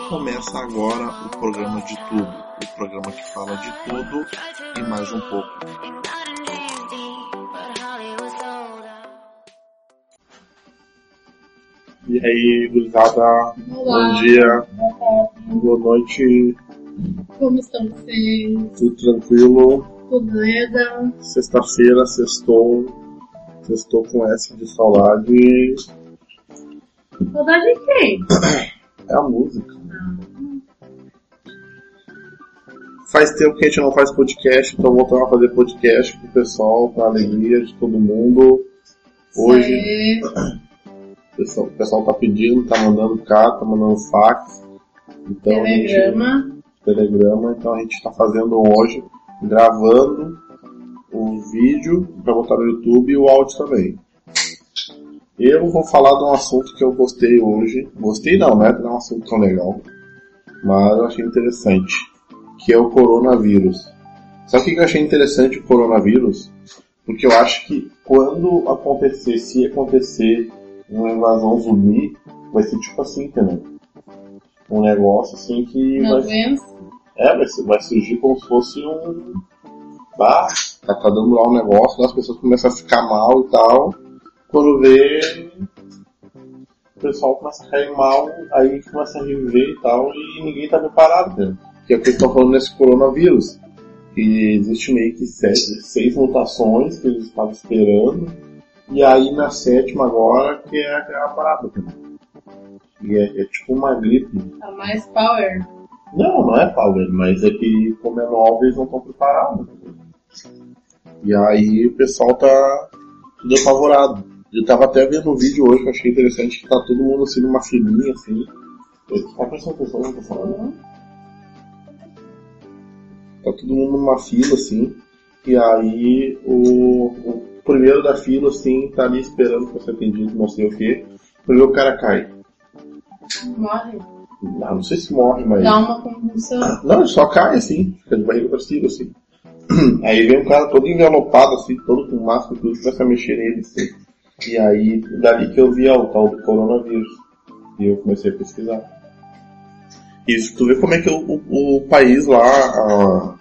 Começa agora o programa de tudo, o programa que fala de tudo e mais um pouco. E aí, gurizada, bom dia, boa noite. Como estão vocês? Tudo tranquilo? Tudo beleza? Sexta-feira, sextou com S de saudade. Saudade de quem? É a música. Faz tempo que a gente não faz podcast, então voltamos a fazer podcast com o pessoal, com a alegria de todo mundo. Hoje, o pessoal tá pedindo, tá mandando carta, tá mandando fax. Então, Telegrama, então a gente tá fazendo hoje, gravando o vídeo pra botar no YouTube e o áudio também. Eu vou falar de um assunto que eu gostei hoje. Gostei não, né? Não é um assunto tão legal. Mas eu achei interessante. Que é o coronavírus. Sabe o que eu achei interessante o coronavírus? Porque eu acho que quando acontecer, se acontecer uma invasão zumbi, vai ser tipo assim, entendeu? Um negócio assim que vai surgir como se fosse um... tá dando lá um negócio, as pessoas começam a ficar mal e tal. Quando vê, o pessoal começa a cair mal, aí começa a reviver e tal, e ninguém tá preparado, né? Que é o que eles estão falando nesse coronavírus. Que existe meio que 6 mutações que eles estavam esperando, e aí na 7ª agora, que é a parada, né? E é tipo uma gripe. É mais power. Não é power, mas é que como é nova, eles não estão preparados. E aí o pessoal tá tudo apavorado. Eu tava até vendo um vídeo hoje que eu achei interessante, que tá todo mundo assim numa filinha assim. Tá prestando atenção no que eu tô falando? Tá todo mundo numa fila assim. E aí o primeiro da fila assim tá ali esperando pra ser atendido, não sei o que. Primeiro o cara cai. Morre? Não sei se morre, mas... Dá uma convulsão? Não, ele só cai assim, fica de barriga pra cima assim. Aí vem um cara todo envelopado assim, todo com máscara e tudo, começa a mexer nele assim. E aí, dali que eu vi o tal do coronavírus. E eu comecei a pesquisar. E tu vê como é que o país lá,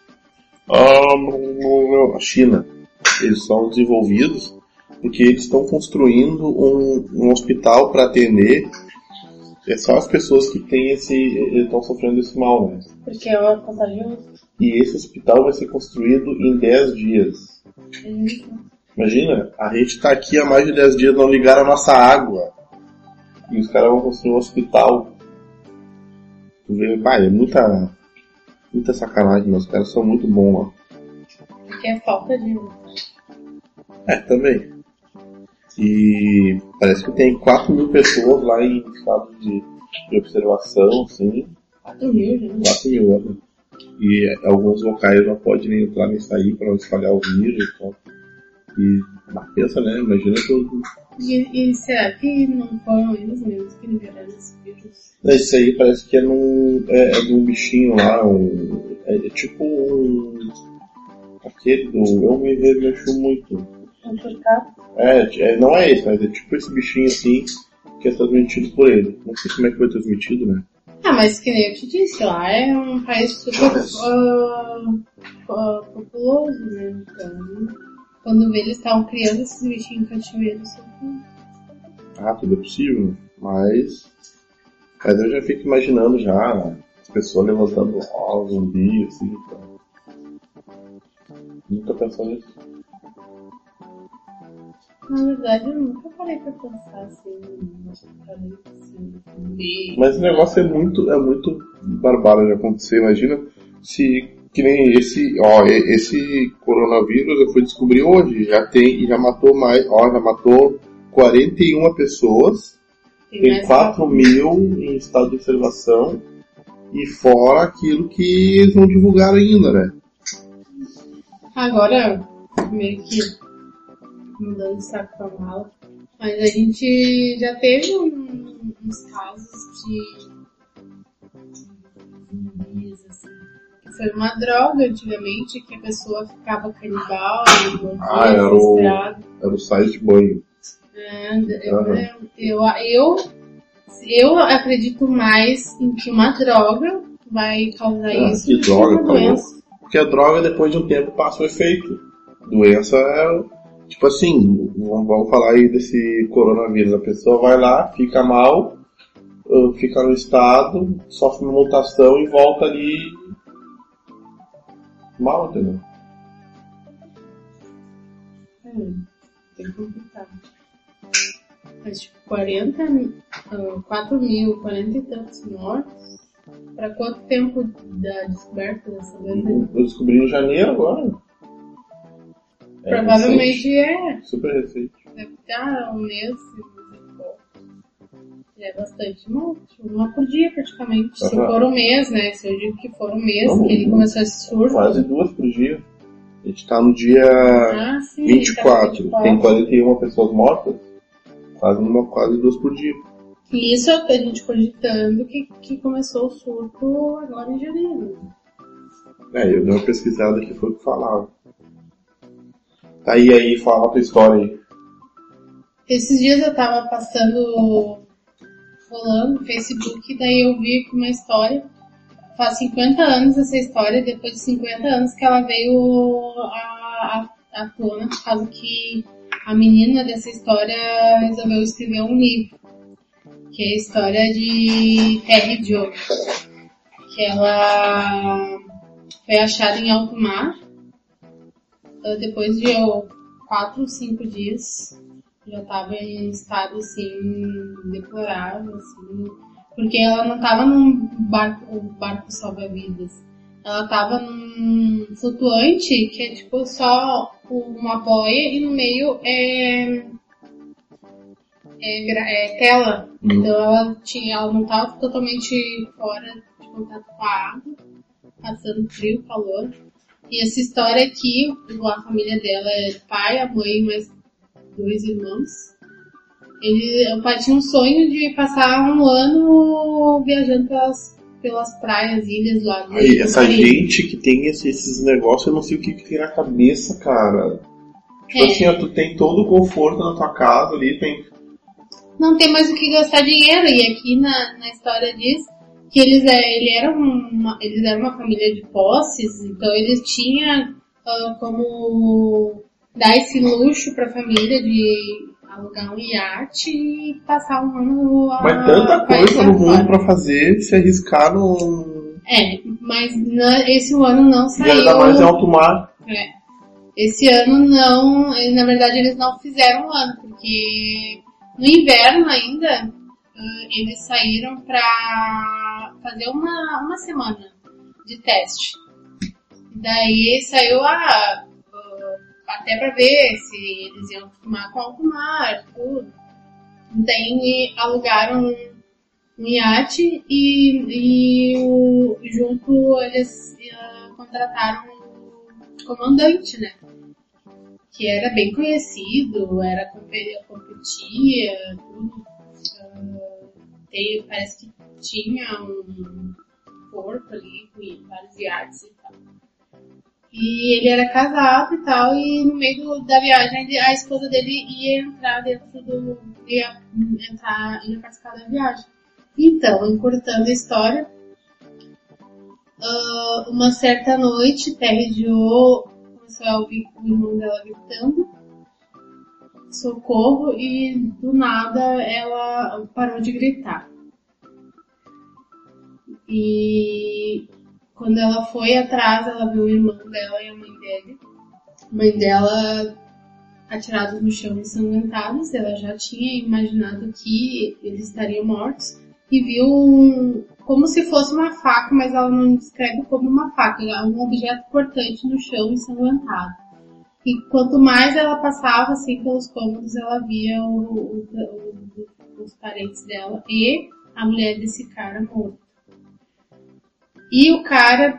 a China, eles são desenvolvidos porque eles estão construindo um hospital para atender só as pessoas que têm estão sofrendo esse mal, né? Porque é uma contagioso. E esse hospital vai ser construído em 10 dias. Imagina, a gente tá aqui há mais de 10 dias, não ligaram a nossa água. E os caras vão construir um hospital. Tu vê, é muita sacanagem, mas os caras são muito bons lá. Porque é falta de... também. E parece que tem 4.000 pessoas lá em estado de observação, assim. 4.000, gente? 4.000, né? E alguns locais não podem nem entrar nem sair para não espalhar o vírus e tal. E pensa, né? Imagina tudo. E será que não foram eles mesmos que liberaram esse vírus? Isso aí parece que é de um bichinho lá, é tipo aquele do... Eu me mexo muito. Um turcato? Não é esse, mas é tipo esse bichinho assim, que é transmitido por ele. Não sei como é que foi transmitido, né? Mas que nem eu te disse, lá é um país super populoso, né? Então, quando eles estavam criando esses bichinhos em cativeiro, tudo é possível, mas eu já fico imaginando já as pessoas levantando zumbi, assim, então. Nunca pensou nisso. Na verdade, eu nunca parei pra pensar assim, zumbi. Mas o negócio é muito barbaro de acontecer. Imagina se, que nem esse coronavírus eu fui descobrir hoje, já matou já matou 41 pessoas, tem 4.000 em estado de observação, e fora aquilo que eles não divulgaram ainda, né? Agora, meio que mudando de saco pra mala, mas a gente já teve uns casos de zumbis, assim, que foi uma droga antigamente, que a pessoa ficava canibal e morria era o sais de banho. Eu Eu acredito mais em que uma droga vai causar isso Que do que droga, uma doença. Porque a droga, depois de um tempo, passa o efeito. Doença é... Tipo assim, vamos falar aí desse coronavírus. A pessoa vai lá, fica mal, fica no estado, sofre uma mutação e volta ali mal, entendeu? Bem complicado. Mas tipo, 4 mil, 40 e tantos mortos. Pra quanto tempo da descoberta dessa doença? Eu descobri em janeiro agora. Provavelmente Super recente. deve ficar um mês e pouco. Já é bastante morte. Uma por dia praticamente. Se for um mês, né? Se eu digo que for um mês que ele começou esse surto. Quase 2 por dia. A gente tá no dia 24. Tá Tem 41 pessoas mortas. Quase 2 por dia. E isso é a gente cogitando que começou o surto agora em janeiro. Eu dei uma pesquisada que foi o que falava. Tá aí, fala a tua história aí. Esses dias eu tava rolando no Facebook, daí eu vi uma história. Faz 50 anos essa história, depois de 50 anos que ela veio à tona, por causa que a menina dessa história resolveu escrever um livro, que é a história de Terry Jo, que ela foi achada em alto mar, depois de 4 ou 5 dias, já estava em estado assim, deplorável, assim, porque ela não estava num barco salva-vidas. Ela estava num flutuante que é tipo só uma boia e no meio é tela. Então ela não estava totalmente fora de contato com a água, passando frio, calor. E essa história aqui, a família dela é pai, a mãe e mais 2 irmãos. O pai tinha um sonho de passar um ano viajando pelas praias, ilhas lá. Essa gente que tem esses negócios, eu não sei o que tem na cabeça, cara. Tipo assim, tu tem todo o conforto na tua casa ali, não tem mais o que gastar dinheiro. E aqui na história diz que eles eram uma família de posses, então eles tinham como dar esse luxo pra família de alugar um iate e passar um ano Mas tanta coisa no mundo pra fazer, se arriscar num... mas esse ano não saiu. E ainda mais em alto mar. Esse ano não, na verdade eles não fizeram um ano, porque no inverno ainda eles saíram pra fazer uma semana de teste. Daí saiu até pra ver se eles iam acostumar com alto mar, tudo. Daí alugaram um iate e junto eles contrataram um comandante, né? Que era bem conhecido, competia, tudo. Parece que tinha um porto ali com vários iates e tal. E ele era casado e tal, e no meio da viagem a esposa dele ia entrar dentro ia participar da viagem. Então, encurtando a história, uma certa noite, Terry Jo começou a ouvir o irmão dela gritando socorro, e do nada ela parou de gritar. E quando ela foi atrás, ela viu o irmão dela e a mãe dele. A mãe dela atirados no chão, ensanguentados. Ela já tinha imaginado que eles estariam mortos. E viu como se fosse uma faca, mas ela não descreve como uma faca. É um objeto cortante no chão, ensanguentado. E quanto mais ela passava assim pelos cômodos, ela via os parentes dela e a mulher desse cara morto. E o cara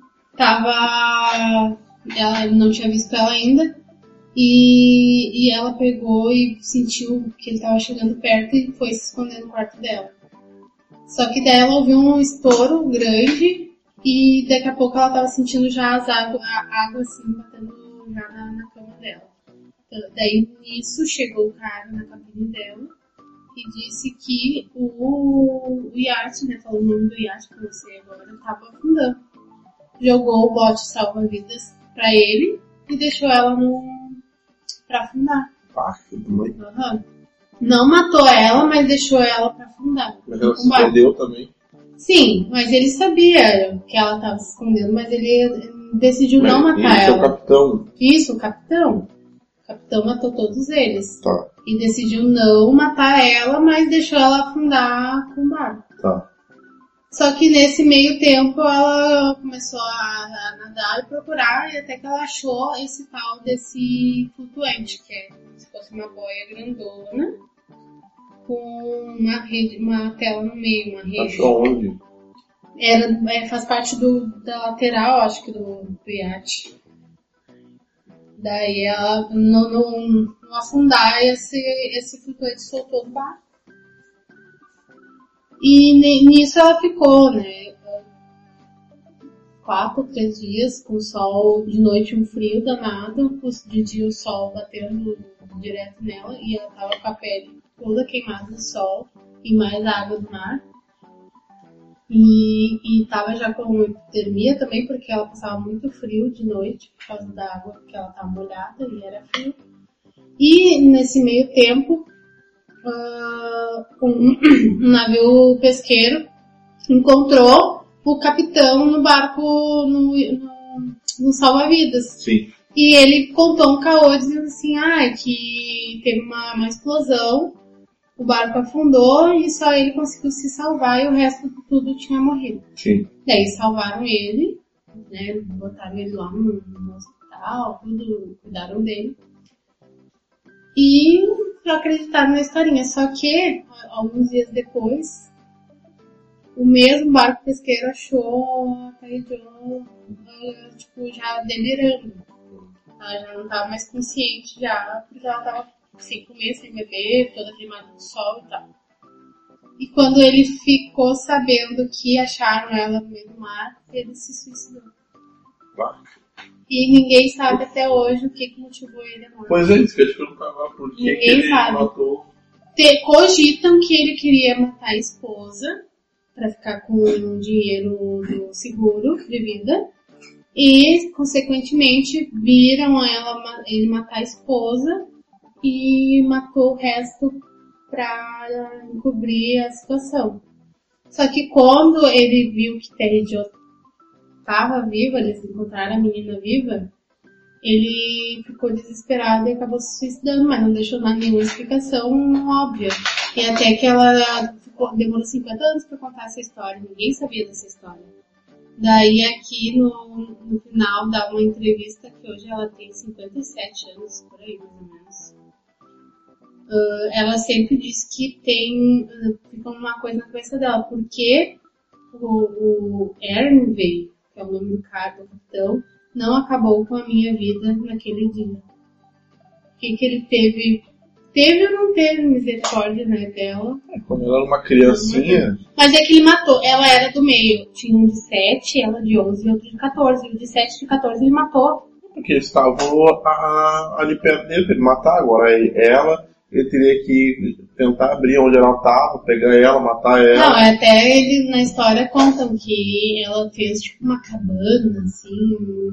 ela não tinha visto ela ainda, e ela pegou e sentiu que ele estava chegando perto e foi se esconder no quarto dela. Só que daí ela ouviu um estouro grande e daqui a pouco ela estava sentindo já a água assim batendo já na cama dela. Então, daí nisso chegou o cara na cabine dela e disse que o iate, né? Falou o nome do iate pra você agora, tava afundando. Jogou o bote salva-vidas pra ele e deixou ela pra afundar. Mãe. Uhum. Não matou ela, mas deixou ela pra afundar. Mas ela se escondeu também. Sim, mas ele sabia que ela tava se escondendo, mas ele decidiu não matar ela. Isso é o capitão. Isso, o capitão. O capitão matou todos eles. Tá. E decidiu não matar ela, mas deixou ela afundar com o barco. Tá. Só que nesse meio tempo ela começou a nadar e procurar, e até que ela achou esse tal desse flutuante, que é como se fosse uma boia grandona, com uma rede, uma tela no meio, uma rede. Achou onde? Faz parte da lateral, acho que do iate. Daí ela, no afundar, esse flutuante soltou do barco. E nisso ela ficou, né? 4 ou 3 dias com o sol, de noite um frio danado, de dia o sol batendo direto nela e ela tava com a pele toda queimada do sol e mais água do mar. E tava já com hipotermia também, porque ela passava muito frio de noite por causa da água, porque ela tava molhada e era frio. E nesse meio tempo, um navio pesqueiro encontrou o capitão no barco, no salva-vidas. Sim. E ele contou um caô dizendo assim, que teve uma explosão, o barco afundou e só ele conseguiu se salvar e o resto de tudo tinha morrido. Sim. Daí salvaram ele, né, botaram ele lá no hospital, tudo, cuidaram dele. E acreditaram na historinha, só que alguns dias depois, o mesmo barco pesqueiro achou a Taejeon, já delirando. Ela já não estava mais consciente já, porque ela estava sem comer, sem beber, toda queimada do sol e tal. E quando ele ficou sabendo que acharam ela no meio do mar, ele se suicidou. Claro. E ninguém sabe até hoje o que motivou ele a morrer. Pois é, isso que eu te perguntava, por que ele matou. Cogitam que ele queria matar a esposa para ficar com o dinheiro do seguro de vida e, consequentemente, viram ele matar a esposa e matou o resto para encobrir a situação. Só que quando ele viu que Taejeon estava viva, eles encontraram a menina viva, ele ficou desesperado e acabou se suicidando, mas não deixou dar nenhuma explicação óbvia. E até que ela demorou 50 anos para contar essa história, ninguém sabia dessa história. Daí aqui no final dá uma entrevista que hoje ela tem 57 anos, por aí mais ou menos. Ela sempre diz que fica uma coisa na cabeça dela, porque o Ernvey, que é o nome do cara, do capitão, não acabou com a minha vida naquele dia. O que ele teve? Teve ou não teve misericórdia, né, dela? Quando ela era uma criancinha... Mas é que ele matou. Ela era do meio. Tinha um de 7, ela de 11 e outro de 14. E o de 7 e de 14 ele matou. Porque eles estavam ali perto dele pra ele matar. Agora ele teria que tentar abrir onde ela estava, pegar ela, matar ela. Não, até ele na história contam que ela fez tipo uma cabana, assim,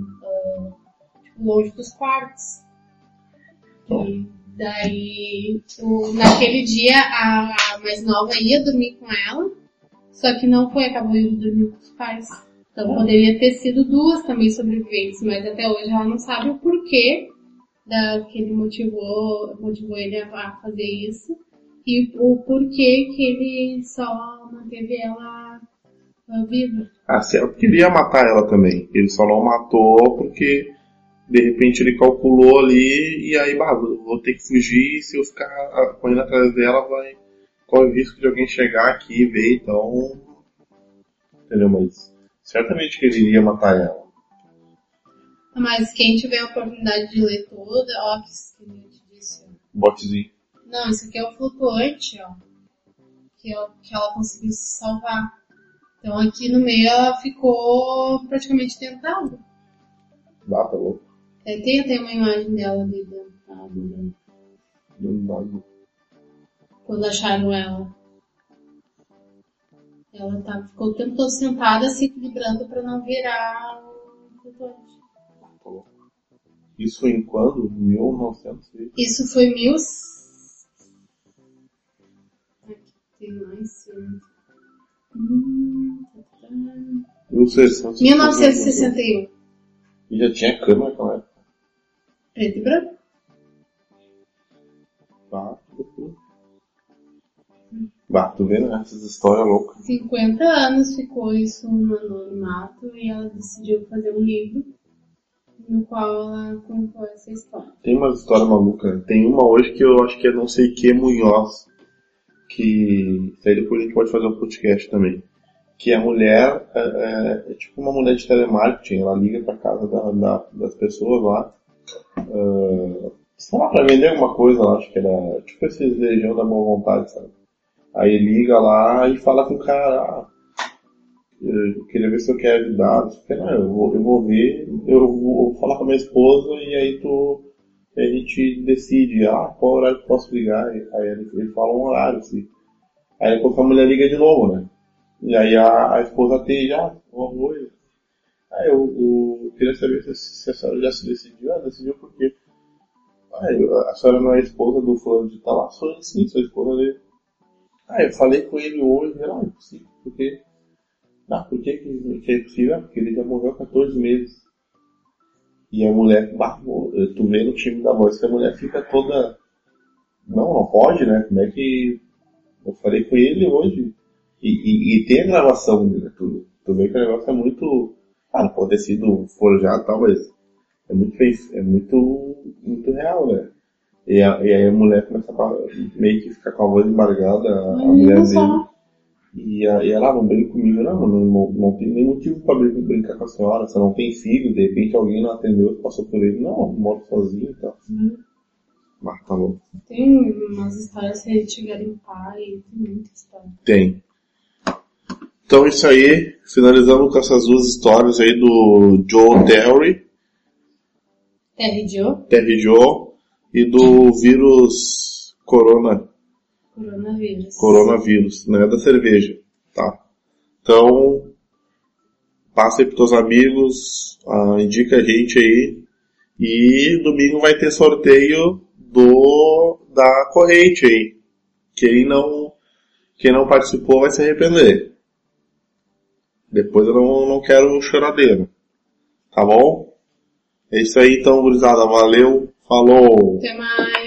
longe dos quartos. E daí, naquele dia, a mais nova ia dormir com ela, só que não foi, acabou indo dormir com os pais. Então poderia ter sido 2 também sobreviventes, mas até hoje ela não sabe o porquê que ele motivou ele a fazer isso e o porquê que ele só manteve ela viva. Se ela queria matar ela também, ele só não matou porque de repente ele calculou ali e aí, vou ter que fugir, se eu ficar correndo atrás dela corre o risco de alguém chegar aqui e ver, então, entendeu? Mas certamente que ele iria matar ela. Mas quem tiver a oportunidade de ler toda, ó, que eu te disse. Botezinho. Não, isso aqui é o flutuante, ó. Que ela conseguiu se salvar. Então aqui no meio ela ficou praticamente dentro da água. Tá louco. Tem até uma imagem dela ali dentro da água. Dentro da água. Quando acharam ela. Ela ficou o tempo todo sentada, se equilibrando pra não virar o flutuante. Isso em quando? 1900? Isso foi Aqui tem mais. 1961. E já tinha câmera naquela época? Preto e branco. Tu vendo essas histórias loucas? 50 anos ficou isso no anonimato e ela decidiu fazer um livro no qual ela contou essa história. Tem uma história maluca, né? Tem uma hoje que eu acho que é não sei que Munhoz, que aí depois a gente pode fazer um podcast também. Que a mulher é tipo uma mulher de telemarketing, ela liga pra casa das pessoas lá, sei lá, pra vender alguma coisa lá, acho que era tipo esses legião da boa vontade, sabe? Aí liga lá e fala com o cara, eu queria ver se eu quero ajudar, eu vou ver, eu vou falar com a minha esposa e aí a gente decide, qual horário que eu posso ligar, aí ele fala um horário, assim. Aí depois a mulher liga de novo, né? E aí a esposa atende, oi. Aí eu queria saber se a senhora já se decidiu. Decidiu por quê? A senhora não é esposa do fulano de tal? Sou sim, sou esposa dele. Eu falei com ele hoje, é impossível, por quê? Por que é impossível? Porque ele já morreu há 14 meses. E a mulher, tu vê no time da voz que a mulher fica toda, não pode, né? Como é que eu falei com ele hoje? E tem a gravação, né? Tu vê que o negócio é muito, não pode ter sido forjado e tal, mas é muito real, né? E aí a mulher começa a meio que ficar com a voz embargada, a mulher dele. E ela, não brinca comigo, não tem nem motivo pra brincar com a senhora, você não tem filho, de repente alguém não atendeu, passou por ele, moro sozinho e tal. Mas tá bom. Tem umas histórias se ele te garimpar e tem muita história. Tem. Então isso aí, finalizamos com essas duas histórias aí do Joe Terry. Terry Joe. E do vírus Coronavírus, não é da cerveja, tá? Então, passa aí pros teus amigos, indica a gente aí. E domingo vai ter sorteio da corrente aí. Quem não participou vai se arrepender. Depois eu não quero choradeira. Tá bom? É isso aí então, gurizada. Valeu. Falou. Até mais.